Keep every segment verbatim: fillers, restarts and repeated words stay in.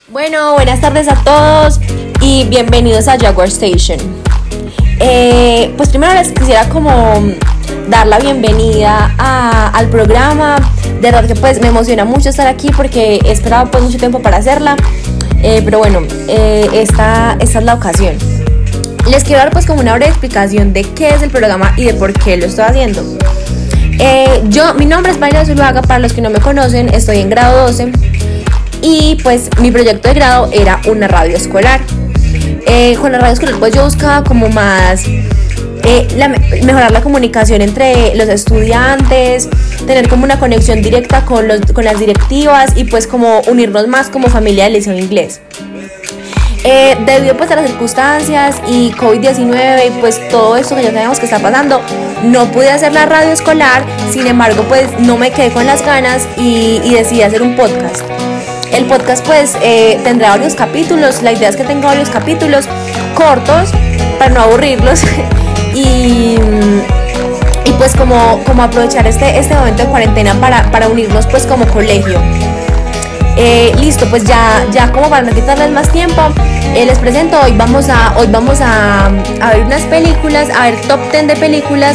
Bueno, buenas tardes a todos y bienvenidos a Jaguar Station. Eh, pues primero les quisiera como dar la bienvenida a, al programa. De verdad que pues me emociona mucho estar aquí porque he esperado pues mucho tiempo para hacerla. Eh, pero bueno, eh, esta, esta es la ocasión. Les quiero dar pues como una breve explicación de qué es el programa y de por qué lo estoy haciendo. Eh, yo, mi nombre es Mayra Zuluaga, para los que no me conocen, estoy en grado doce. Y pues mi proyecto de grado era una radio escolar. Eh, con la radio escolar pues yo buscaba como más eh, la, mejorar la comunicación entre los estudiantes, tener como una conexión directa con, los, con las directivas y pues como unirnos más como familia del Liceo Inglés. Eh, debido pues a las circunstancias y covid diecinueve y pues todo esto que ya sabemos que está pasando, no pude hacer la radio escolar. Sin embargo pues no me quedé con las ganas y, y decidí hacer un podcast. El podcast pues eh, tendrá varios capítulos. La idea es que tenga varios capítulos cortos para no aburrirlos y, y pues como, como aprovechar este, este momento de cuarentena para, para unirnos pues como colegio. Eh, listo, pues ya, ya como para no quitarles más tiempo, eh, les presento, hoy vamos a, hoy vamos a, a ver unas películas, a ver top diez de películas.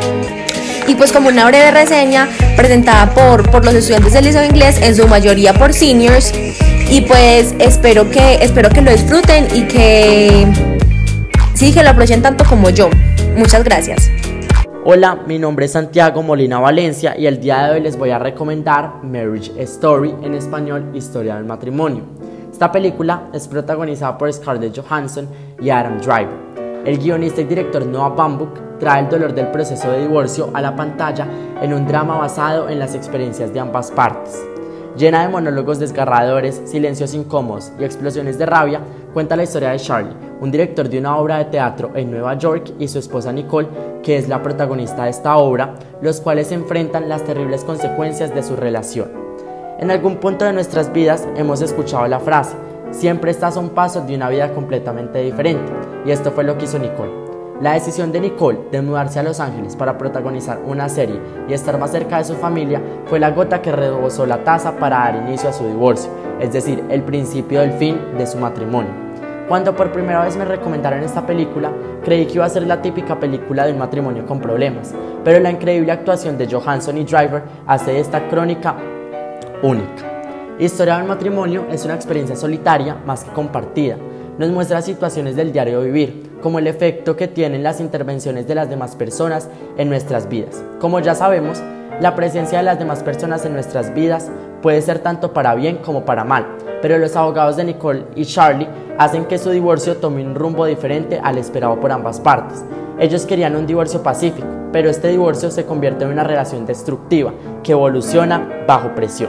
Y pues como una breve reseña presentada por, por los estudiantes del Liceo Inglés, en su mayoría por seniors. Y pues espero que, espero que lo disfruten y que sí, que lo aprovechen tanto como yo. Muchas gracias. Hola, mi nombre es Santiago Molina Valencia y el día de hoy les voy a recomendar Marriage Story, en español Historia del Matrimonio. Esta película es protagonizada por Scarlett Johansson y Adam Driver. El guionista y director Noah Baumbach trae el dolor del proceso de divorcio a la pantalla en un drama basado en las experiencias de ambas partes. Llena de monólogos desgarradores, silencios incómodos y explosiones de rabia, cuenta la historia de Charlie, un director de una obra de teatro en Nueva York, y su esposa Nicole, que es la protagonista de esta obra, los cuales enfrentan las terribles consecuencias de su relación. En algún punto de nuestras vidas hemos escuchado la frase: siempre estás a un paso de una vida completamente diferente, y esto fue lo que hizo Nicole. La decisión de Nicole de mudarse a Los Ángeles para protagonizar una serie y estar más cerca de su familia fue la gota que rebosó la taza para dar inicio a su divorcio, es decir, el principio del fin de su matrimonio. Cuando por primera vez me recomendaron esta película, creí que iba a ser la típica película de un matrimonio con problemas, pero la increíble actuación de Johansson y Driver hace de esta crónica única. Historia del Matrimonio es una experiencia solitaria más que compartida. Nos muestra situaciones del diario vivir, como el efecto que tienen las intervenciones de las demás personas en nuestras vidas. Como ya sabemos, la presencia de las demás personas en nuestras vidas puede ser tanto para bien como para mal, pero los abogados de Nicole y Charlie hacen que su divorcio tome un rumbo diferente al esperado por ambas partes. Ellos querían un divorcio pacífico, pero este divorcio se convierte en una relación destructiva que evoluciona bajo presión.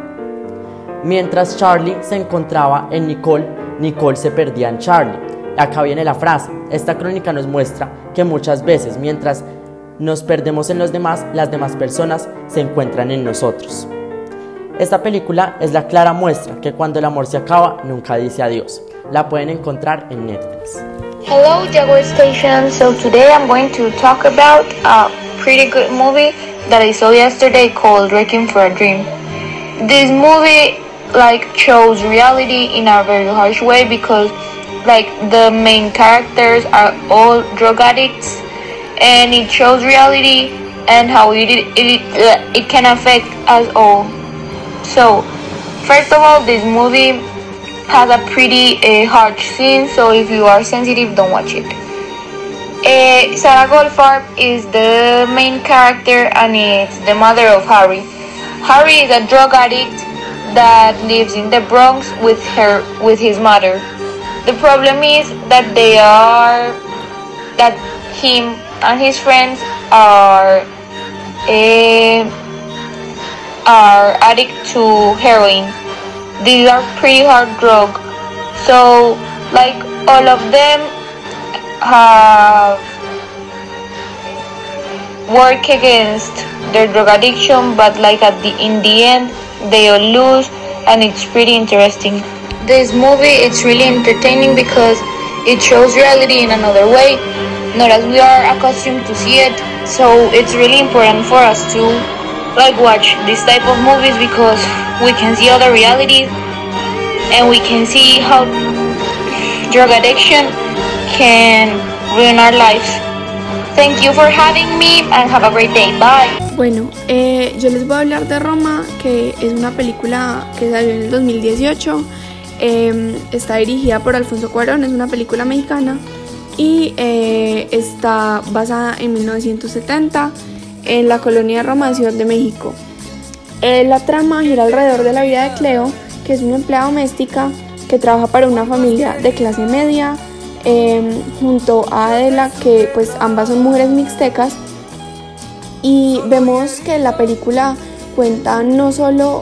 Mientras Charlie se encontraba en Nicole, Nicole se perdía en Charlie. Acá viene la frase. Esta crónica nos muestra que muchas veces, mientras nos perdemos en los demás, las demás personas se encuentran en nosotros. Esta película es la clara muestra que cuando el amor se acaba, nunca dice adiós. La pueden encontrar en Netflix. Hello, Jaguar Station. So today I'm going to talk about a pretty good movie that I saw yesterday called Requiem for a Dream. This movie like shows reality in a very harsh way because like the main characters are all drug addicts, and it shows reality and how it it, it, uh, it can affect us all. So first of all, this movie has a pretty uh, harsh scene, so if you are sensitive, don't watch it. Uh, Sarah Goldfarb is the main character, and it's the mother of Harry. Harry is a drug addict that lives in the Bronx with her with his mother. The problem is that they are that him and his friends are uh, are addict to heroin. These are pretty hard drug. So like all of them have work against their drug addiction, but like at the in the end they all lose, and it's pretty interesting. This movie, it's really entertaining because it shows reality in another way, not as we are accustomed to see it. So it's really important for us to like watch this type of movies because we can see other realities and we can see how drug addiction can ruin our lives. Thank you for having me and have a great day. Bye. Bueno, eh, yo les voy a hablar de Roma, que es una película que salió en el dos mil dieciocho. Eh, está dirigida por Alfonso Cuarón, es una película mexicana y eh, está basada en mil novecientos setenta en la colonia de Roma de Ciudad de México. Eh, la trama gira alrededor de la vida de Cleo, que es una empleada doméstica que trabaja para una familia de clase media, eh, junto a Adela, que pues ambas son mujeres mixtecas. Y vemos que la película cuenta no solo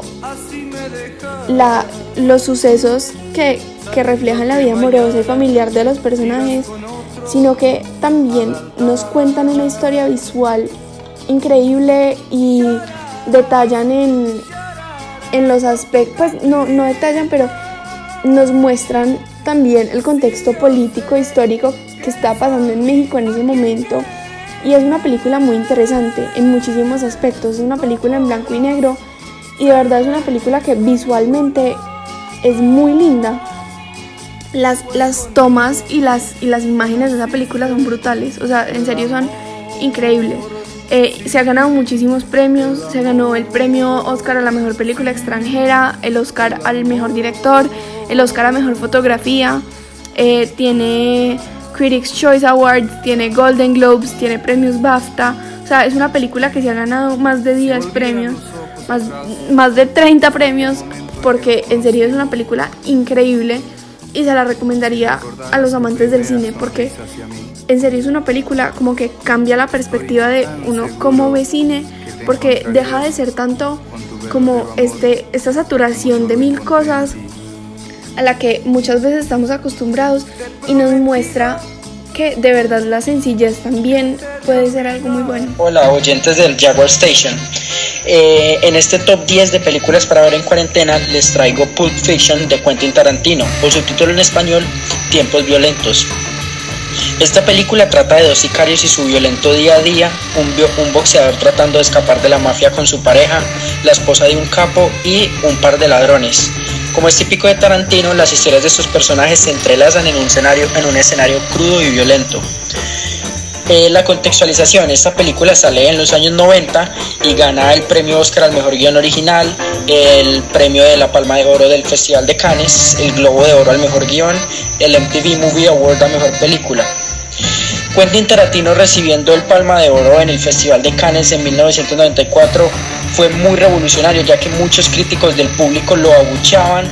la, los sucesos que, que reflejan la vida amorosa y familiar de los personajes, sino que también nos cuentan una historia visual increíble y detallan en, en los aspectos, pues no, no detallan, pero nos muestran también el contexto político, histórico que está pasando en México en ese momento. Y es una película muy interesante en muchísimos aspectos. Es una película en blanco y negro y de verdad es una película que visualmente es muy linda. Las, las tomas y las, y las imágenes de esa película son brutales, o sea, en serio son increíbles. Eh, se ha ganado muchísimos premios, se ganó el premio Oscar a la mejor película extranjera, el Oscar al mejor director, el Oscar a mejor fotografía, eh, tiene Critics' Choice Awards, tiene Golden Globes, tiene premios BAFTA. O sea, es una película que se ha ganado más de diez premios, más, más de treinta premios, porque en serio es una película increíble y se la recomendaría a los amantes del cine, porque en serio es una película como que cambia la perspectiva de uno cómo ve cine, porque deja de ser tanto como este, esta saturación de mil cosas a la que muchas veces estamos acostumbrados, y nos muestra que de verdad la sencillez también puede ser algo muy bueno. Hola oyentes del Jaguar Station. Eh, en este top diez de películas para ver en cuarentena les traigo Pulp Fiction de Quentin Tarantino, o su título en español, Tiempos Violentos. Esta película trata de dos sicarios y su violento día a día, un, bio, un boxeador tratando de escapar de la mafia con su pareja, la esposa de un capo y un par de ladrones. Como es típico de Tarantino, las historias de estos personajes se entrelazan en un escenario, en un escenario crudo y violento. Eh, la contextualización: esta película sale en los años noventa y gana el premio Oscar al mejor guión original, el premio de la Palma de Oro del Festival de Cannes, el Globo de Oro al mejor guión, el M T V Movie Award a mejor película. Quentin Tarantino, recibiendo el Palma de Oro en el Festival de Cannes en mil novecientos noventa y cuatro, fue muy revolucionario, ya que muchos críticos del público lo abucheaban.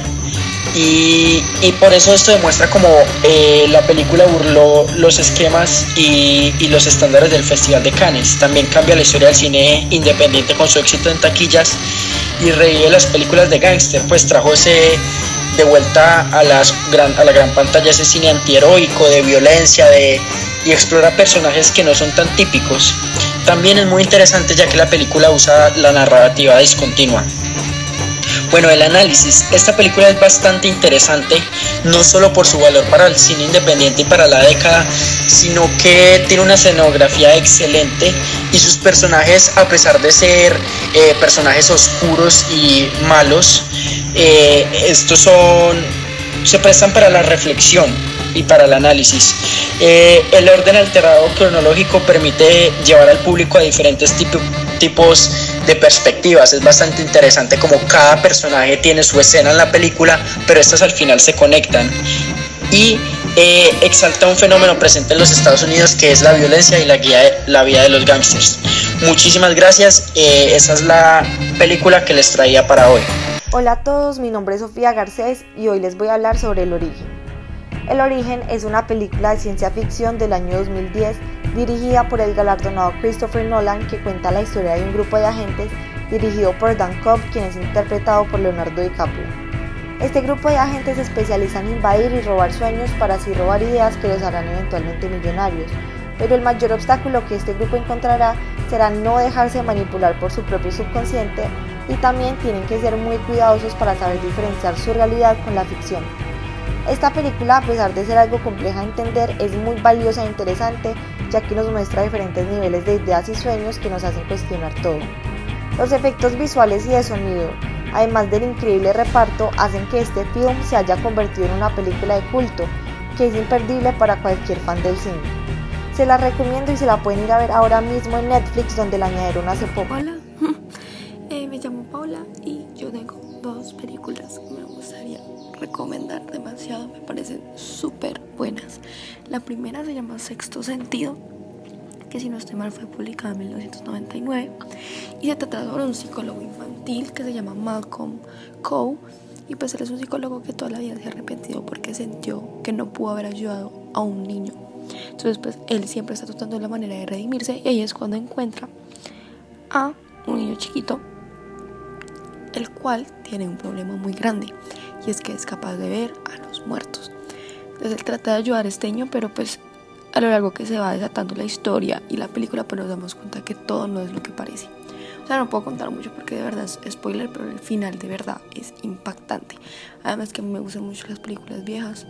Y, y por eso esto demuestra como eh, la película burló los esquemas y, y los estándares del Festival de Cannes. También cambia la historia del cine independiente con su éxito en taquillas y revive las películas de gángster, pues trajo ese, de vuelta a, las gran, a la gran pantalla, ese cine antiheroico, de violencia, de, y explora personajes que no son tan típicos. También es muy interesante, ya que la película usa la narrativa discontinua. Bueno, el análisis. Esta película es bastante interesante, no solo por su valor para el cine independiente y para la década, sino que tiene una escenografía excelente y sus personajes, a pesar de ser eh, personajes oscuros y malos, eh, estos son, se prestan para la reflexión y para el análisis. Eh, el orden alterado cronológico permite llevar al público a diferentes tipo, tipos de perspectivas. Es bastante interesante como cada personaje tiene su escena en la película, pero estas al final se conectan, y eh, exalta un fenómeno presente en los Estados Unidos, que es la violencia y la, guía de, la vida de los gángsters. Muchísimas gracias, eh, esa es la película que les traía para hoy. Hola a todos, mi nombre es Sofía Garcés y hoy les voy a hablar sobre El Origen. El Origen es una película de ciencia ficción del año dos mil diez, dirigida por el galardonado Christopher Nolan, que cuenta la historia de un grupo de agentes dirigido por Dan Cobb, quien es interpretado por Leonardo DiCaprio. Este grupo de agentes se especializa en invadir y robar sueños para así robar ideas que los harán eventualmente millonarios, pero el mayor obstáculo que este grupo encontrará será no dejarse manipular por su propio subconsciente, y también tienen que ser muy cuidadosos para saber diferenciar su realidad con la ficción. Esta película, a pesar de ser algo compleja de entender, es muy valiosa e interesante, ya que nos muestra diferentes niveles de ideas y sueños que nos hacen cuestionar todo. Los efectos visuales y de sonido además del increíble reparto, hacen que este film se haya convertido en una película de culto, que es imperdible para cualquier fan del cine. Se la recomiendo y se la pueden ir a ver ahora mismo en Netflix, donde la añadieron hace poco. Hola, eh, me llamo Paula y yo tengo dos películas que me gustaría recomendar demasiado, me parecen súper buenas. La primera se llama Sexto Sentido, que si no estoy mal fue publicada en mil novecientos noventa y nueve y se trata sobre un psicólogo infantil que se llama Malcolm Coe, y pues él es un psicólogo que toda la vida se ha arrepentido porque sintió que no pudo haber ayudado a un niño. Entonces pues él siempre está tratando la manera de redimirse, y ahí es cuando encuentra a un niño chiquito el cual tiene un problema muy grande, y es que es capaz de ver a los muertos. Entonces él trata de ayudar a este niño, pero pues a lo largo que se va desatando la historia y la película, pues nos damos cuenta que todo no es lo que parece. O sea, no puedo contar mucho porque de verdad es spoiler, pero el final de verdad es impactante. Además que a mí me gustan mucho las películas viejas.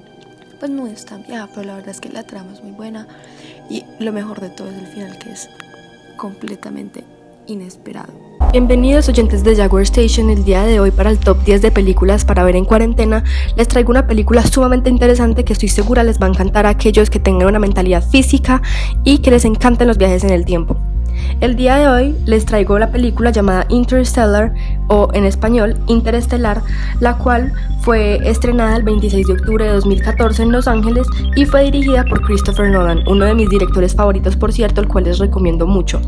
Pues no es tan vieja, pero la verdad es que la trama es muy buena, y lo mejor de todo es el final, que es completamente inesperado. Bienvenidos oyentes de Jaguar Station. El día de hoy, para el top diez de películas para ver en cuarentena, les traigo una película sumamente interesante que estoy segura les va a encantar a aquellos que tengan una mentalidad física y que les encanten los viajes en el tiempo. El día de hoy les traigo la película llamada Interstellar, o en español Interestelar, la cual fue estrenada el veintiséis de octubre de dos mil catorce en Los Ángeles y fue dirigida por Christopher Nolan, uno de mis directores favoritos, por cierto, el cual les recomiendo mucho.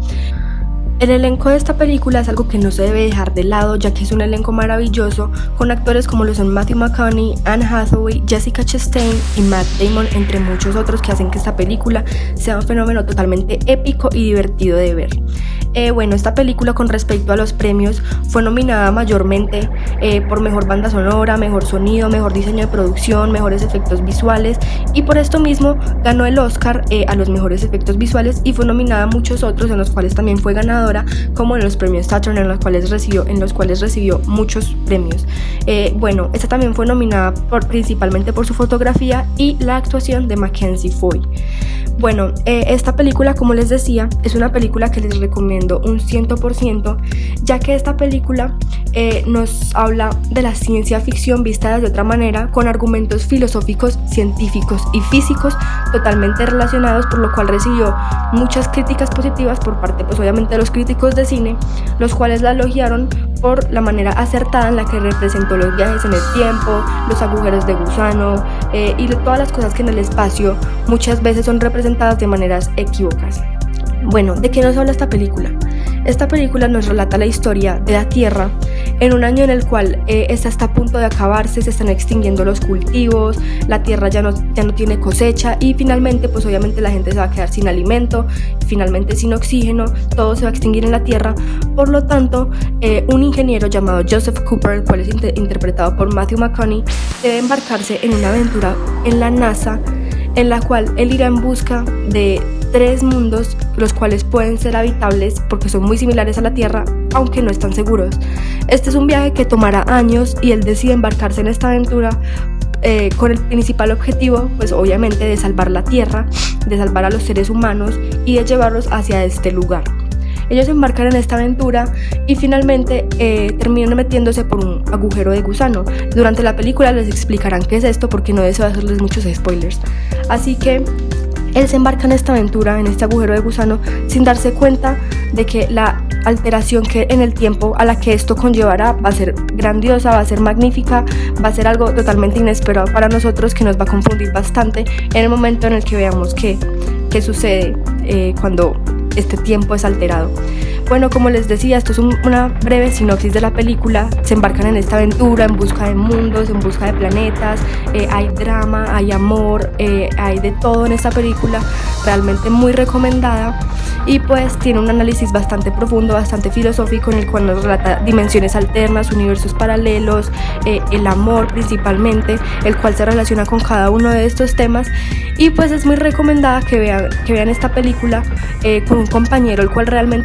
El elenco de esta película es algo que no se debe dejar de lado, ya que es un elenco maravilloso con actores como lo son Matthew McConaughey, Anne Hathaway, Jessica Chastain y Matt Damon, entre muchos otros, que hacen que esta película sea un fenómeno totalmente épico y divertido de ver. Eh, bueno, esta película, con respecto a los premios, fue nominada mayormente eh, por mejor banda sonora, mejor sonido, mejor diseño de producción, mejores efectos visuales, y por esto mismo ganó el Oscar eh, a los mejores efectos visuales, y fue nominada a muchos otros en los cuales también fue ganadora, como en los premios Saturn, en los cuales recibió, en los cuales recibió muchos premios. Eh, bueno, esta también fue nominada por, principalmente por su fotografía y la actuación de Mackenzie Foy. Bueno, eh, esta película, como les decía, es una película que les recomiendo un cien por ciento, ya que esta película eh, nos habla de la ciencia ficción vista de otra manera, con argumentos filosóficos, científicos y físicos totalmente relacionados, por lo cual recibió muchas críticas positivas por parte, pues obviamente, de los críticos de cine, los cuales la elogiaron por la manera acertada en la que representó los viajes en el tiempo, los agujeros de gusano eh, y todas las cosas que en el espacio muchas veces son representadas de maneras equívocas. Bueno, ¿de qué nos habla esta película? Esta película nos relata la historia de la Tierra en un año en el cual eh, esta está a punto de acabarse, se están extinguiendo los cultivos, la Tierra ya no, ya no tiene cosecha, y finalmente pues obviamente la gente se va a quedar sin alimento, finalmente sin oxígeno, todo se va a extinguir en la Tierra. Por lo tanto, eh, un ingeniero llamado Joseph Cooper, el cual es inter- interpretado por Matthew McConaughey, debe embarcarse en una aventura en la NASA, en la cual él irá en busca de tres mundos, los cuales pueden ser habitables porque son muy similares a la Tierra, aunque no están seguros. Este es un viaje que tomará años, y él decide embarcarse en esta aventura eh, con el principal objetivo, pues obviamente, de salvar la Tierra, de salvar a los seres humanos y de llevarlos hacia este lugar. Ellos se embarcan en esta aventura y finalmente eh, terminan metiéndose por un agujero de gusano. Durante la película les explicarán qué es esto, porque no deseo hacerles muchos spoilers. Así que él se embarca en esta aventura, en este agujero de gusano, sin darse cuenta de que la alteración que en el tiempo a la que esto conllevará va a ser grandiosa, va a ser magnífica, va a ser algo totalmente inesperado para nosotros, que nos va a confundir bastante en el momento en el que veamos qué, qué sucede eh, cuando este tiempo es alterado. Bueno, como les decía, esto es un, una breve sinopsis de la película. Se embarcan en esta aventura en busca de mundos, en busca de planetas, eh, hay drama, hay amor, eh, hay de todo en esta película, realmente muy recomendada, y pues tiene un análisis bastante profundo, bastante filosófico, en el cual nos relata dimensiones alternas, universos paralelos, eh, el amor principalmente, el cual se relaciona con cada uno de estos temas, y pues es muy recomendada que vean, que vean esta película eh, con un compañero, el cual realmente disfrute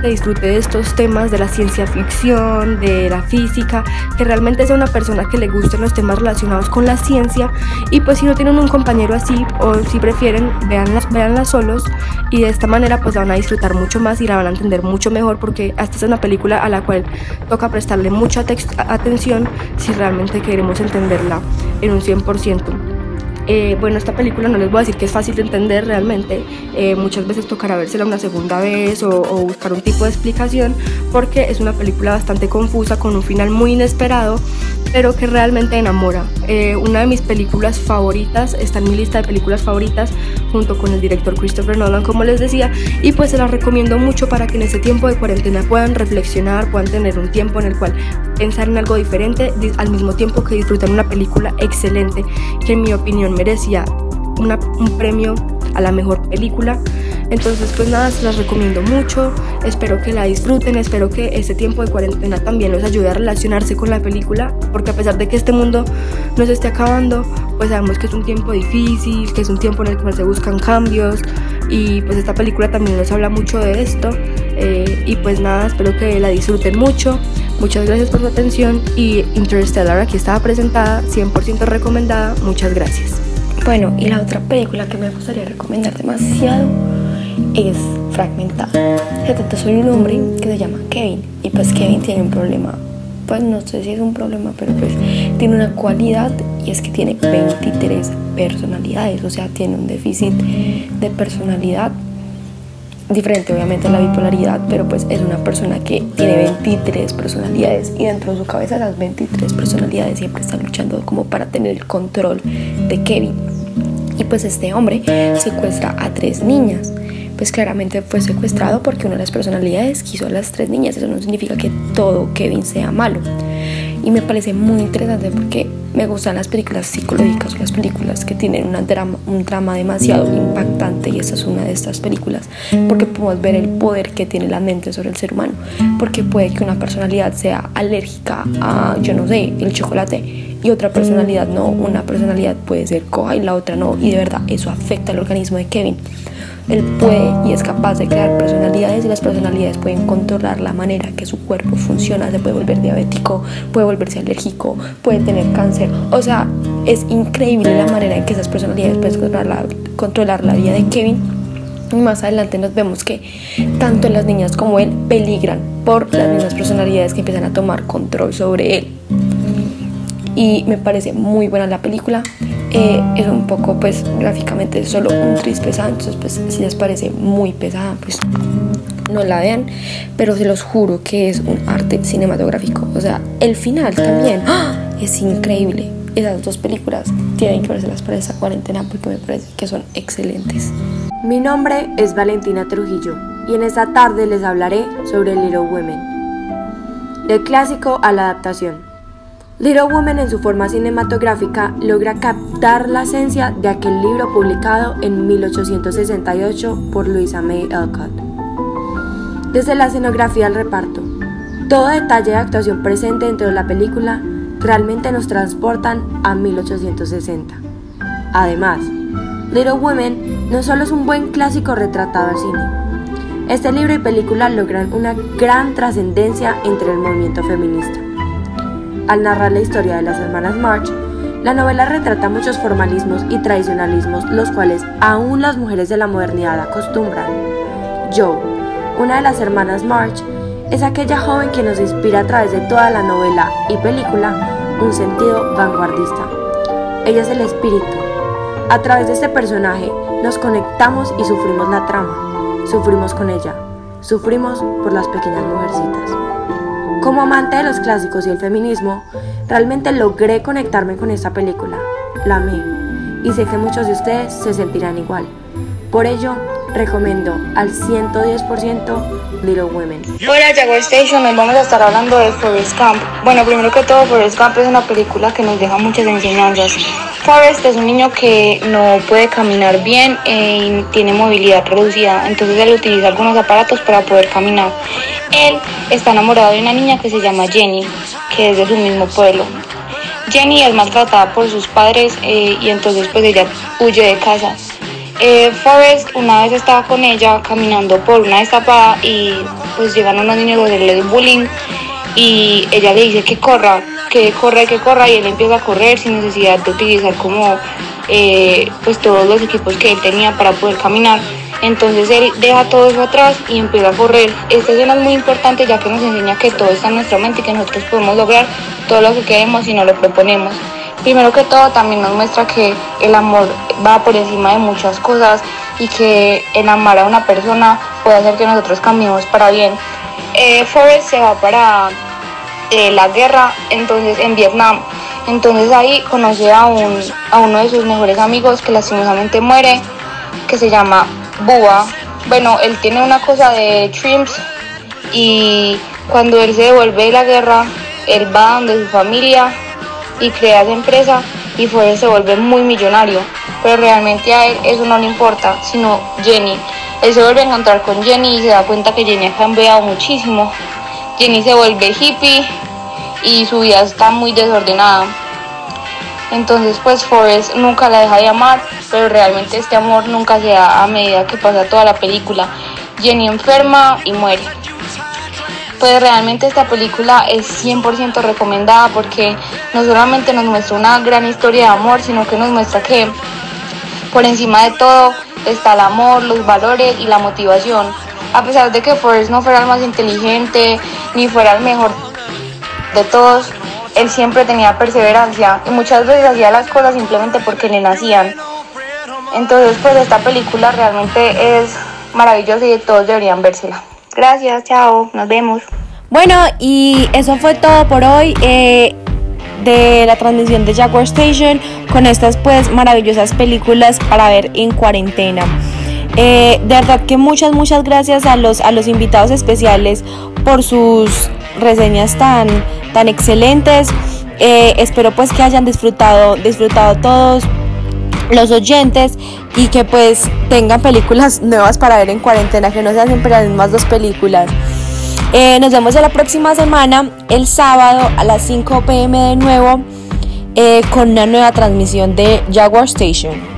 de estos temas de la ciencia ficción, de la física, que realmente sea una persona que le gusten los temas relacionados con la ciencia. Y pues si no tienen un compañero así, o si prefieren, véanla, véanla solos, y de esta manera pues la van a disfrutar mucho más y la van a entender mucho mejor, porque esta es una película a la cual toca prestarle mucha atención si realmente queremos entenderla en un cien por ciento. Eh, bueno, esta película no les voy a decir que es fácil de entender realmente, eh, muchas veces tocará vérsela una segunda vez o, o buscar un tipo de explicación, porque es una película bastante confusa con un final muy inesperado, pero que realmente enamora. Eh, una de mis películas favoritas, está en mi lista de películas favoritas junto con el director Christopher Nolan, como les decía, y pues se la recomiendo mucho para que en este tiempo de cuarentena puedan reflexionar, puedan tener un tiempo en el cual pensar en algo diferente, al mismo tiempo que disfrutar una película excelente, que en mi opinión merecía una, un premio a la mejor película. Entonces pues nada, se las recomiendo mucho, espero que la disfruten, espero que este tiempo de cuarentena también los ayude a relacionarse con la película, porque a pesar de que este mundo nos esté acabando, pues sabemos que es un tiempo difícil, que es un tiempo en el cual se buscan cambios, y pues esta película también nos habla mucho de esto, eh, y pues nada, espero que la disfruten mucho. Muchas gracias por su atención, y Interstellar aquí estaba presentada, cien por ciento recomendada, muchas gracias. Bueno, y la otra película que me gustaría recomendar demasiado es Fragmentado. Se trata sobre un hombre que se llama Kevin, y pues Kevin tiene un problema, pues no sé si es un problema, pero pues tiene una cualidad, y es que tiene veintitrés personalidades, o sea, tiene un déficit de personalidad diferente obviamente a la bipolaridad, pero pues es una persona que tiene veintitrés personalidades, y dentro de su cabeza las veintitrés personalidades siempre están luchando como para tener el control de Kevin. Y pues este hombre secuestra a tres niñas. Pues claramente fue secuestrado porque una de las personalidades quiso a las tres niñas. Eso no significa que todo Kevin sea malo. Y me parece muy interesante porque me gustan las películas psicológicas o las películas que tienen una drama, un drama demasiado impactante, y esta es una de estas películas, porque podemos ver el poder que tiene la mente sobre el ser humano, porque puede que una personalidad sea alérgica a, yo no sé, el chocolate, y otra personalidad no, una personalidad puede ser coja y la otra no, y de verdad eso afecta al organismo de Kevin. Él puede y es capaz de crear personalidades, y las personalidades pueden controlar la manera que su cuerpo funciona. Se puede volver diabético, puede volverse alérgico, puede tener cáncer. O sea, es increíble la manera en que esas personalidades pueden controlar la, controlar la vida de Kevin. Y más adelante nos vemos que tanto las niñas como él peligran por las mismas personalidades que empiezan a tomar control sobre él. Y me parece muy buena la película. Eh, es un poco, pues, gráficamente solo un tris pesado, entonces pues si les parece muy pesada, pues no la vean, pero se los juro que es un arte cinematográfico. O sea, el final también ¡ah! Es increíble. Esas dos películas tienen que verselas para esta cuarentena porque me parece que son excelentes. Mi nombre es Valentina Trujillo, y en esta tarde les hablaré sobre Little Women, del clásico a la adaptación. Little Women en su forma cinematográfica logra captar la esencia de aquel libro publicado en mil ochocientos sesenta y ocho por Louisa May Alcott. Desde la escenografía al reparto, todo detalle de actuación presente dentro de la película realmente nos transportan a mil ochocientos sesenta. Además, Little Women no solo es un buen clásico retratado al cine. Este libro y película logran una gran trascendencia entre el movimiento feminista. Al narrar la historia de las hermanas March, la novela retrata muchos formalismos y tradicionalismos los cuales aún las mujeres de la modernidad acostumbran. Jo, una de las hermanas March, es aquella joven que nos inspira a través de toda la novela y película un sentido vanguardista. Ella es el espíritu. A través de este personaje nos conectamos y sufrimos la trama. Sufrimos con ella. Sufrimos por las pequeñas mujercitas. Como amante de los clásicos y el feminismo, realmente logré conectarme con esta película. La amé, y sé que muchos de ustedes se sentirán igual. Por ello, recomiendo al ciento diez por ciento Little Women. Hola Jaguar Station, hoy vamos a estar hablando de Forrest Gump. Bueno, primero que todo, Forrest Gump es una película que nos deja muchas enseñanzas. Forrest es un niño que no puede caminar bien eh, y tiene movilidad reducida, entonces él utiliza algunos aparatos para poder caminar. Él está enamorado de una niña que se llama Jenny, que es de su mismo pueblo. Jenny es maltratada por sus padres eh, y entonces pues ella huye de casa. Eh, Forrest una vez estaba con ella caminando por una destapada y pues llegan unos niños a hacerle bullying y ella le dice que corra, que corra y que corra y él empieza a correr sin necesidad de utilizar como eh, pues todos los equipos que él tenía para poder caminar. Entonces él deja todo eso atrás y empieza a correr. Esta escena es muy importante ya que nos enseña que todo está en nuestra mente y que nosotros podemos lograr todo lo que queremos si no lo proponemos. Primero que todo también nos muestra que el amor va por encima de muchas cosas y que el amar a una persona puede hacer que nosotros cambiemos para bien. Eh, Forrest se va para eh, la guerra entonces en Vietnam. Entonces ahí conoce a, un, a uno de sus mejores amigos que lastimosamente muere, que se llama Bua. Bueno, él tiene una cosa de Trims y cuando él se devuelve de la guerra, él va donde su familia y crea esa empresa y Forrest se vuelve muy millonario, pero realmente a él eso no le importa, sino Jenny. Él se vuelve a encontrar con Jenny y se da cuenta que Jenny ha cambiado muchísimo. Jenny se vuelve hippie y su vida está muy desordenada. Entonces pues Forrest nunca la deja de amar, pero realmente este amor nunca se da a medida que pasa toda la película. Jenny enferma y muere. Pues realmente esta película es cien por ciento recomendada porque no solamente nos muestra una gran historia de amor, sino que nos muestra que por encima de todo está el amor, los valores y la motivación. A pesar de que Forrest no fuera el más inteligente ni fuera el mejor de todos, él siempre tenía perseverancia y muchas veces hacía las cosas simplemente porque le nacían. Entonces pues esta película realmente es maravillosa y todos deberían vérsela. Gracias, chao, nos vemos. Bueno, y eso fue todo por hoy eh, de la transmisión de Jaguar Station con estas pues maravillosas películas para ver en cuarentena. Eh, de verdad que muchas, muchas gracias a los, a los invitados especiales por sus reseñas tan, tan excelentes. Eh, espero pues que hayan disfrutado, disfrutado todos los oyentes y que pues tengan películas nuevas para ver en cuarentena, que no sean siempre las mismas dos películas. Eh, nos vemos la próxima semana, el sábado a las cinco p m de nuevo, eh, con una nueva transmisión de Jaguar Station.